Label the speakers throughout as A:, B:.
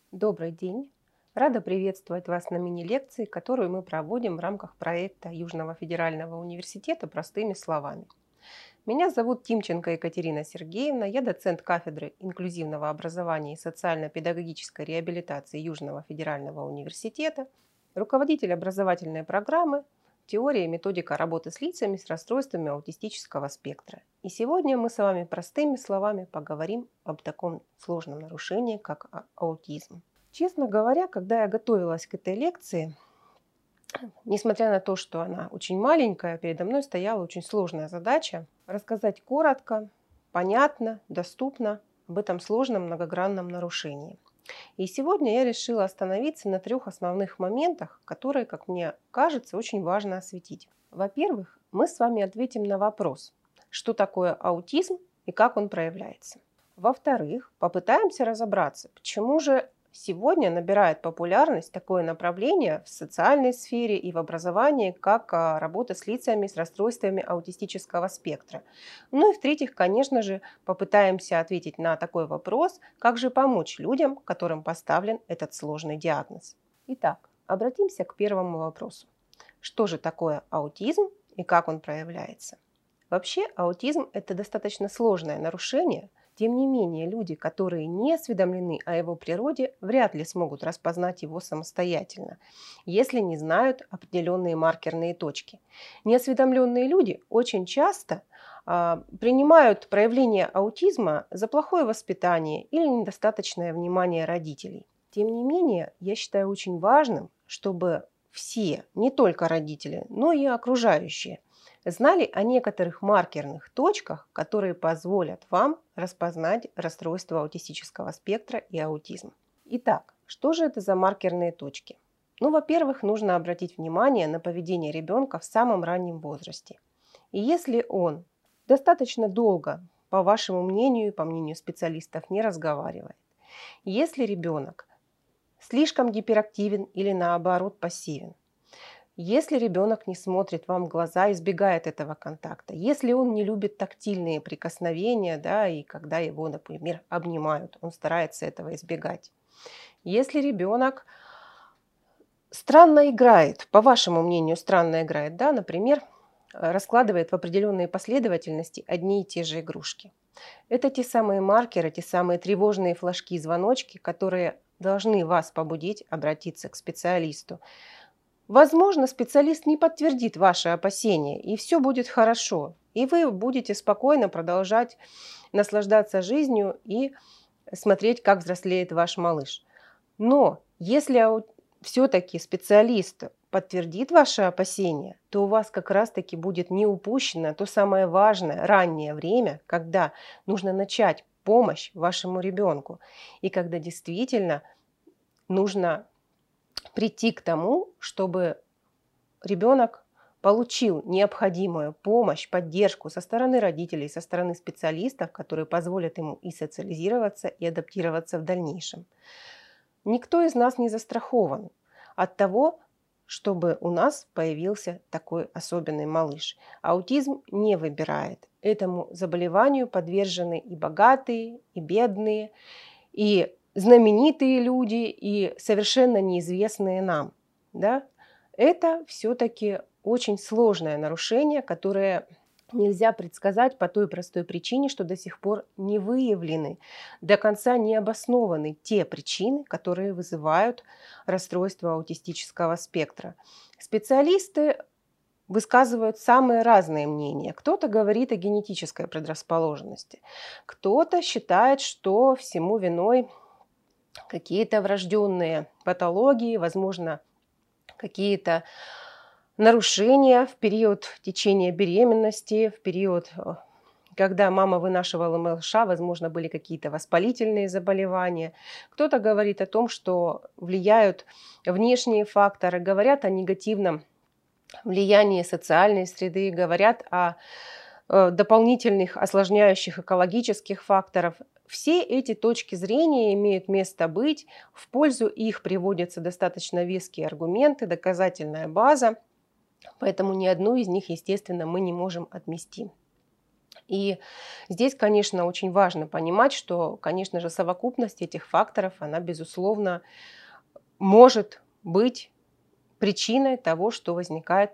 A: Добрый день! Рада приветствовать вас на мини-лекции, которую мы проводим в рамках проекта Южного федерального университета «Простыми словами». Меня зовут Тимченко Екатерина Сергеевна, я доцент кафедры инклюзивного образования и социально-педагогической реабилитации Южного федерального университета, руководитель образовательной программы «Теория и методика работы с лицами с расстройствами аутистического спектра». И сегодня мы с вами простыми словами поговорим об таком сложном нарушении, как аутизм. Честно говоря, когда я готовилась к этой лекции, несмотря на то, что она очень маленькая, передо мной стояла очень сложная задача рассказать коротко, понятно, доступно об этом сложном многогранном нарушении. И сегодня я решила остановиться на 3 основных моментах, которые, как мне кажется, очень важно осветить. Во-первых, мы с вами ответим на вопрос, что такое аутизм и как он проявляется. Во-вторых, попытаемся разобраться, почему же сегодня набирает популярность такое направление в социальной сфере и в образовании, как работа с лицами с расстройствами аутистического спектра. Ну и в-третьих, конечно же, попытаемся ответить на такой вопрос, как же помочь людям, которым поставлен этот сложный диагноз. Итак, обратимся к первому вопросу. Что же такое аутизм и как он проявляется? Вообще, аутизм – это достаточно сложное нарушение. Тем не менее, люди, которые не осведомлены о его природе, вряд ли смогут распознать его самостоятельно, если не знают определенные маркерные точки. Неосведомленные люди очень часто принимают проявление аутизма за плохое воспитание или недостаточное внимание родителей. Тем не менее, я считаю очень важным, чтобы все, не только родители, но и окружающие, знали о некоторых маркерных точках, которые позволят вам распознать расстройство аутистического спектра и аутизм. Итак, что же это за маркерные точки? Ну, во-первых, нужно обратить внимание на поведение ребенка в самом раннем возрасте. И если он достаточно долго, по вашему мнению и по мнению специалистов, не разговаривает, если ребенок слишком гиперактивен или наоборот пассивен, если ребенок не смотрит вам в глаза, избегает этого контакта, если он не любит тактильные прикосновения, да, и когда его, например, обнимают, он старается этого избегать. Если ребенок странно играет, по вашему мнению, странно играет, да, например, раскладывает в определенные последовательности одни и те же игрушки. Это те самые маркеры, те самые тревожные флажки, звоночки, которые должны вас побудить обратиться к специалисту. Возможно, специалист не подтвердит ваши опасения, и все будет хорошо. И вы будете спокойно продолжать наслаждаться жизнью и смотреть, как взрослеет ваш малыш. Но если все-таки специалист подтвердит ваши опасения, то у вас как раз-таки будет не упущено то самое важное раннее время, когда нужно начать помощь вашему ребенку, и когда действительно нужно прийти к тому, чтобы ребенок получил необходимую помощь, поддержку со стороны родителей, со стороны специалистов, которые позволят ему и социализироваться, и адаптироваться в дальнейшем. Никто из нас не застрахован от того, чтобы у нас появился такой особенный малыш. Аутизм не выбирает. Этому заболеванию подвержены и богатые, и бедные, и знаменитые люди, и совершенно неизвестные нам. Да? Это все-таки очень сложное нарушение, которое нельзя предсказать по той простой причине, что до сих пор не выявлены, до конца не обоснованы те причины, которые вызывают расстройство аутистического спектра. Специалисты высказывают самые разные мнения. Кто-то говорит о генетической предрасположенности, кто-то считает, что всему виной какие-то врожденные патологии, возможно, какие-то нарушения в период течения беременности, в период, когда мама вынашивала малыша, возможно, были какие-то воспалительные заболевания. Кто-то говорит о том, что влияют внешние факторы, говорят о негативном влиянии социальной среды, говорят о дополнительных осложняющих экологических факторов. Все эти точки зрения имеют место быть, в пользу их приводятся достаточно веские аргументы, доказательная база, поэтому ни одну из них, естественно, мы не можем отмести. И здесь, конечно, очень важно понимать, что, конечно же, совокупность этих факторов, она, безусловно, может быть причиной того, что возникает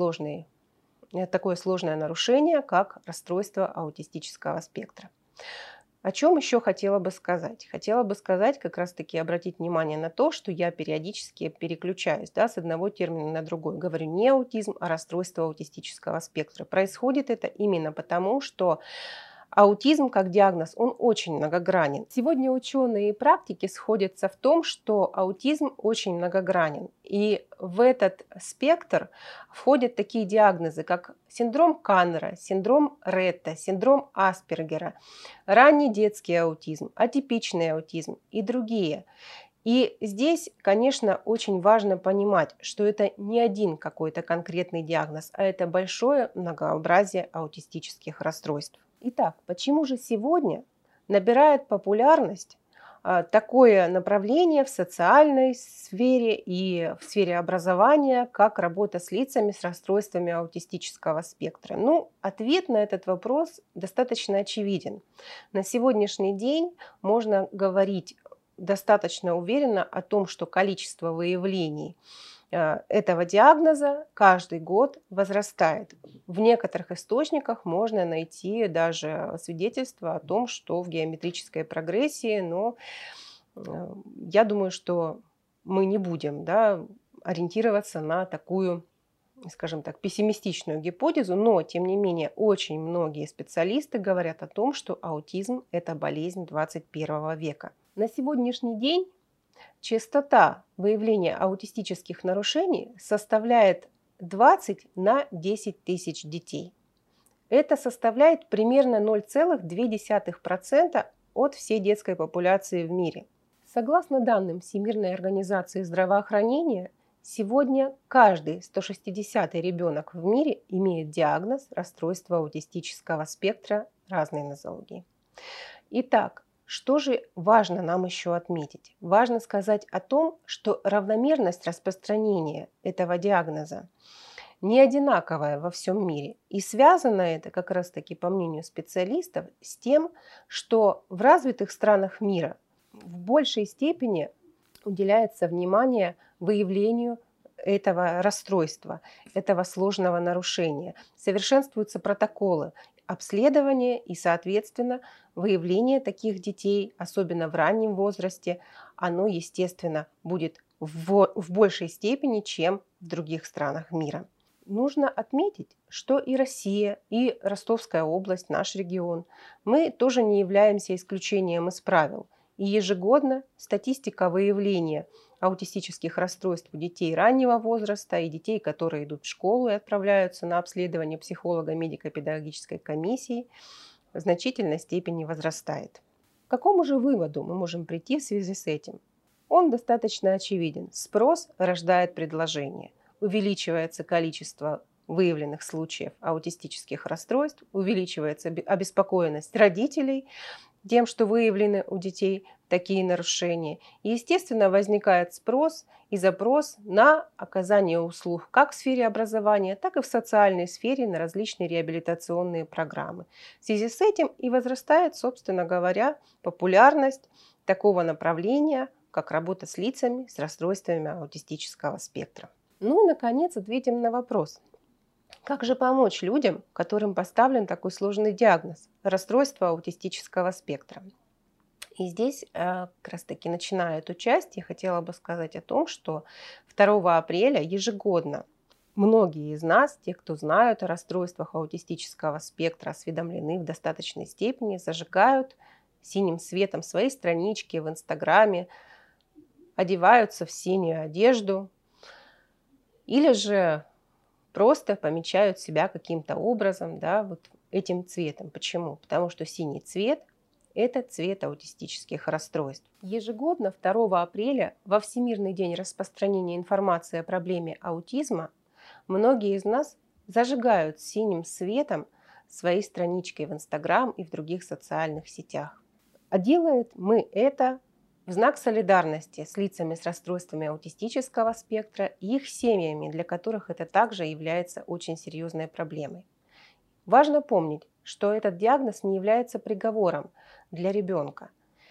A: такое сложное нарушение, как расстройство аутистического спектра. О чем еще хотела бы сказать? Хотела бы сказать, как раз-таки обратить внимание на то, что я периодически переключаюсь, да, с одного термина на другой. Говорю не аутизм, а расстройство аутистического спектра. Происходит это именно потому, что аутизм как диагноз, он очень многогранен. Сегодня ученые и практики сходятся в том, что аутизм очень многогранен. И в этот спектр входят такие диагнозы, как синдром Каннера, синдром Ретта, синдром Аспергера, ранний детский аутизм, атипичный аутизм и другие. И здесь, конечно, очень важно понимать, что это не один какой-то конкретный диагноз, а это большое многообразие аутистических расстройств. Итак, почему же сегодня набирает популярность такое направление в социальной сфере и в сфере образования, как работа с лицами с расстройствами аутистического спектра? Ну, ответ на этот вопрос достаточно очевиден. На сегодняшний день можно говорить достаточно уверенно о том, что количество выявлений этого диагноза каждый год возрастает. В некоторых источниках можно найти даже свидетельство о том, что в геометрической прогрессии, но я думаю, что мы не будем, да, ориентироваться на такую, скажем так, пессимистичную гипотезу, но, тем не менее, очень многие специалисты говорят о том, что аутизм – это болезнь 21 века. На сегодняшний день частота выявления аутистических нарушений составляет 20 на 10 тысяч детей. Это составляет примерно 0,2% от всей детской популяции в мире. Согласно данным Всемирной организации здравоохранения, сегодня каждый 160-й ребенок в мире имеет диагноз расстройства аутистического спектра разной нозологии. Итак, что же важно нам еще отметить? Важно сказать о том, что равномерность распространения этого диагноза не одинаковая во всем мире. И связано это, как раз таки, по мнению специалистов, с тем, что в развитых странах мира в большей степени уделяется внимание выявлению этого расстройства, этого сложного нарушения. Совершенствуются протоколы обследования и, соответственно, выявление таких детей, особенно в раннем возрасте, оно, естественно, будет в большей степени, чем в других странах мира. Нужно отметить, что и Россия, и Ростовская область, наш регион, мы тоже не являемся исключением из правил. И ежегодно статистика выявления аутистических расстройств у детей раннего возраста и детей, которые идут в школу и отправляются на обследование психолога медико-педагогической комиссии, в значительной степени возрастает. К какому же выводу мы можем прийти в связи с этим? Он достаточно очевиден. Спрос рождает предложение. Увеличивается количество выявленных случаев аутистических расстройств, увеличивается обеспокоенность родителей тем, что выявлены у детей такие нарушения. И, естественно, возникает спрос и запрос на оказание услуг как в сфере образования, так и в социальной сфере на различные реабилитационные программы. В связи с этим и возрастает, собственно говоря, популярность такого направления, как работа с лицами с расстройствами аутистического спектра. Ну и, наконец, ответим на вопрос. Как же помочь людям, которым поставлен такой сложный диагноз – расстройство аутистического спектра? И здесь, как раз таки, начиная эту часть, я хотела бы сказать о том, что 2 апреля ежегодно многие из нас, те, кто знают о расстройствах аутистического спектра, осведомлены в достаточной степени, зажигают синим светом свои странички в Инстаграме, одеваются в синюю одежду или же просто помечают себя каким-то образом, да, вот этим цветом. Почему? Потому что синий цвет – это цвет аутистических расстройств. Ежегодно 2 апреля, во Всемирный день распространения информации о проблеме аутизма, многие из нас зажигают синим светом свои странички в Инстаграм и в других социальных сетях. А делаем мы это в знак солидарности с лицами с расстройствами аутистического спектра и их семьями, для которых это также является очень серьезной проблемой. Важно помнить, что этот диагноз не является приговором для ребенка.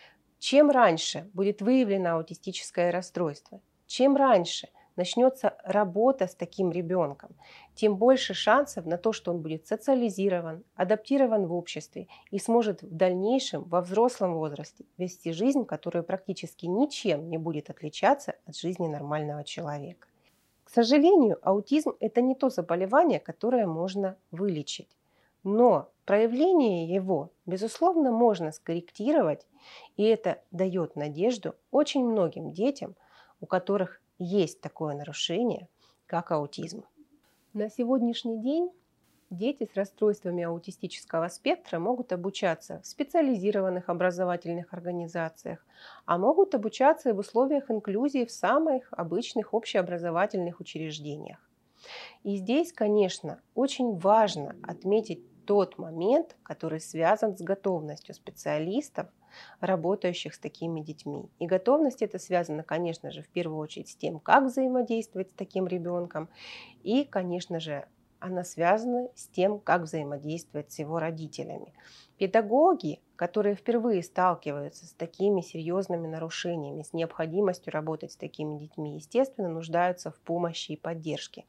A: Чем раньше будет выявлено аутистическое расстройство, чем раньше начнется работа с таким ребенком, тем больше шансов на то, что он будет социализирован, адаптирован в обществе и сможет в дальнейшем, во взрослом возрасте, вести жизнь, которая практически ничем не будет отличаться от жизни нормального человека. К сожалению, аутизм – это не то заболевание, которое можно вылечить. Но проявление его, безусловно, можно скорректировать, и это дает надежду очень многим детям, у которых есть такое нарушение, как аутизм. На сегодняшний день дети с расстройствами аутистического спектра могут обучаться в специализированных образовательных организациях, а могут обучаться и в условиях инклюзии в самых обычных общеобразовательных учреждениях. И здесь, конечно, очень важно отметить тот момент, который связан с готовностью специалистов, работающих с такими детьми. И готовность эта связана, конечно же, в первую очередь с тем, как взаимодействовать с таким ребенком. И, конечно же, она связана с тем, как взаимодействовать с его родителями. Педагоги, которые впервые сталкиваются с такими серьезными нарушениями, с необходимостью работать с такими детьми, естественно, нуждаются в помощи и поддержке.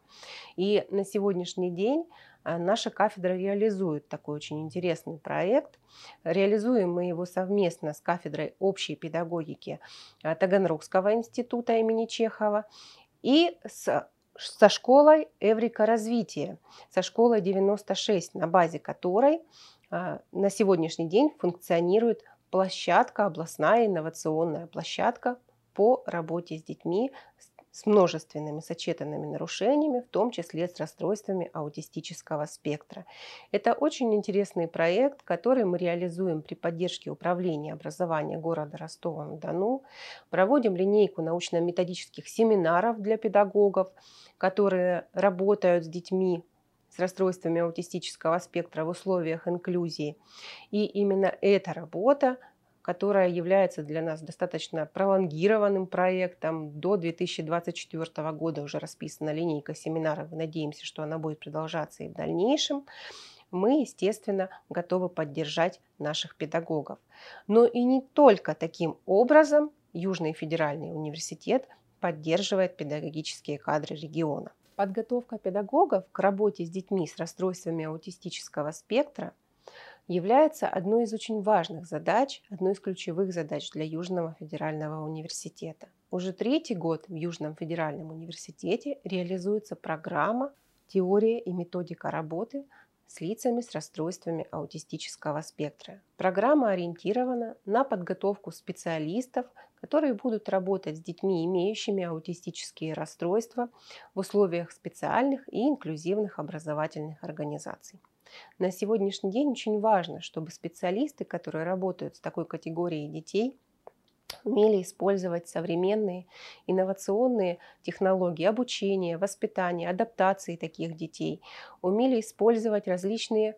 A: И на сегодняшний день наша кафедра реализует такой очень интересный проект. Реализуем мы его совместно с кафедрой общей педагогики Таганрогского института имени Чехова и со школой Эврика развития, со школой 96, на базе которой на сегодняшний день функционирует площадка, областная инновационная площадка по работе с детьми с множественными сочетанными нарушениями, в том числе с расстройствами аутистического спектра. Это очень интересный проект, который мы реализуем при поддержке Управления образования города Ростова-на-Дону. Проводим линейку научно-методических семинаров для педагогов, которые работают с детьми с расстройствами аутистического спектра в условиях инклюзии. И именно эта работа, которая является для нас достаточно пролонгированным проектом. До 2024 года уже расписана линейка семинаров. Надеемся, что она будет продолжаться и в дальнейшем. Мы, естественно, готовы поддержать наших педагогов. Но и не только таким образом Южный федеральный университет поддерживает педагогические кадры региона. Подготовка педагогов к работе с детьми с расстройствами аутистического спектра является одной из очень важных задач, одной из ключевых задач для Южного федерального университета. Уже 3-й год в Южном федеральном университете реализуется программа «Теория и методика работы с лицами с расстройствами аутистического спектра». Программа ориентирована на подготовку специалистов, которые будут работать с детьми, имеющими аутистические расстройства в условиях специальных и инклюзивных образовательных организаций. На сегодняшний день очень важно, чтобы специалисты, которые работают с такой категорией детей, умели использовать современные инновационные технологии обучения, воспитания, адаптации таких детей, умели использовать различные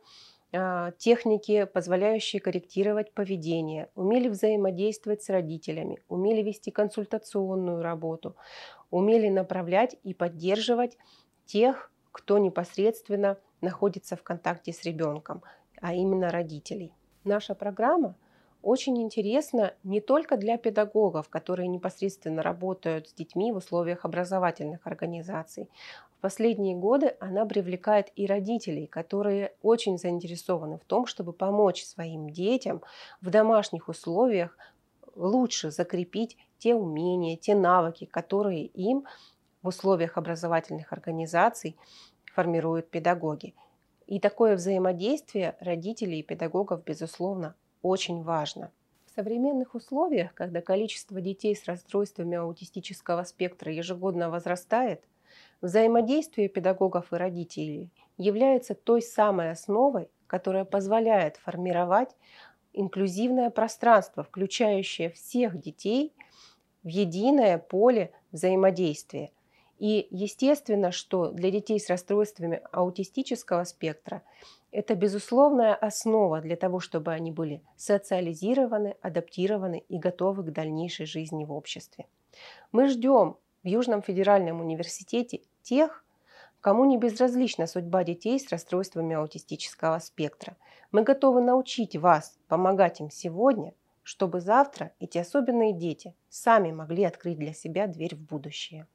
A: техники, позволяющие корректировать поведение, умели взаимодействовать с родителями, умели вести консультационную работу, умели направлять и поддерживать тех, кто непосредственно находится в контакте с ребенком, а именно родителей. Наша программа очень интересна не только для педагогов, которые непосредственно работают с детьми в условиях образовательных организаций. В последние годы она привлекает и родителей, которые очень заинтересованы в том, чтобы помочь своим детям в домашних условиях лучше закрепить те умения, те навыки, которые им в условиях образовательных организаций формируют педагоги. И такое взаимодействие родителей и педагогов, безусловно, очень важно. В современных условиях, когда количество детей с расстройствами аутистического спектра ежегодно возрастает, взаимодействие педагогов и родителей является той самой основой, которая позволяет формировать инклюзивное пространство, включающее всех детей в единое поле взаимодействия. И естественно, что для детей с расстройствами аутистического спектра это безусловная основа для того, чтобы они были социализированы, адаптированы и готовы к дальнейшей жизни в обществе. Мы ждем в Южном федеральном университете тех, Кому не безразлична судьба детей с расстройствами аутистического спектра. Мы готовы научить вас помогать им сегодня, чтобы завтра эти особенные дети сами могли открыть для себя дверь в будущее.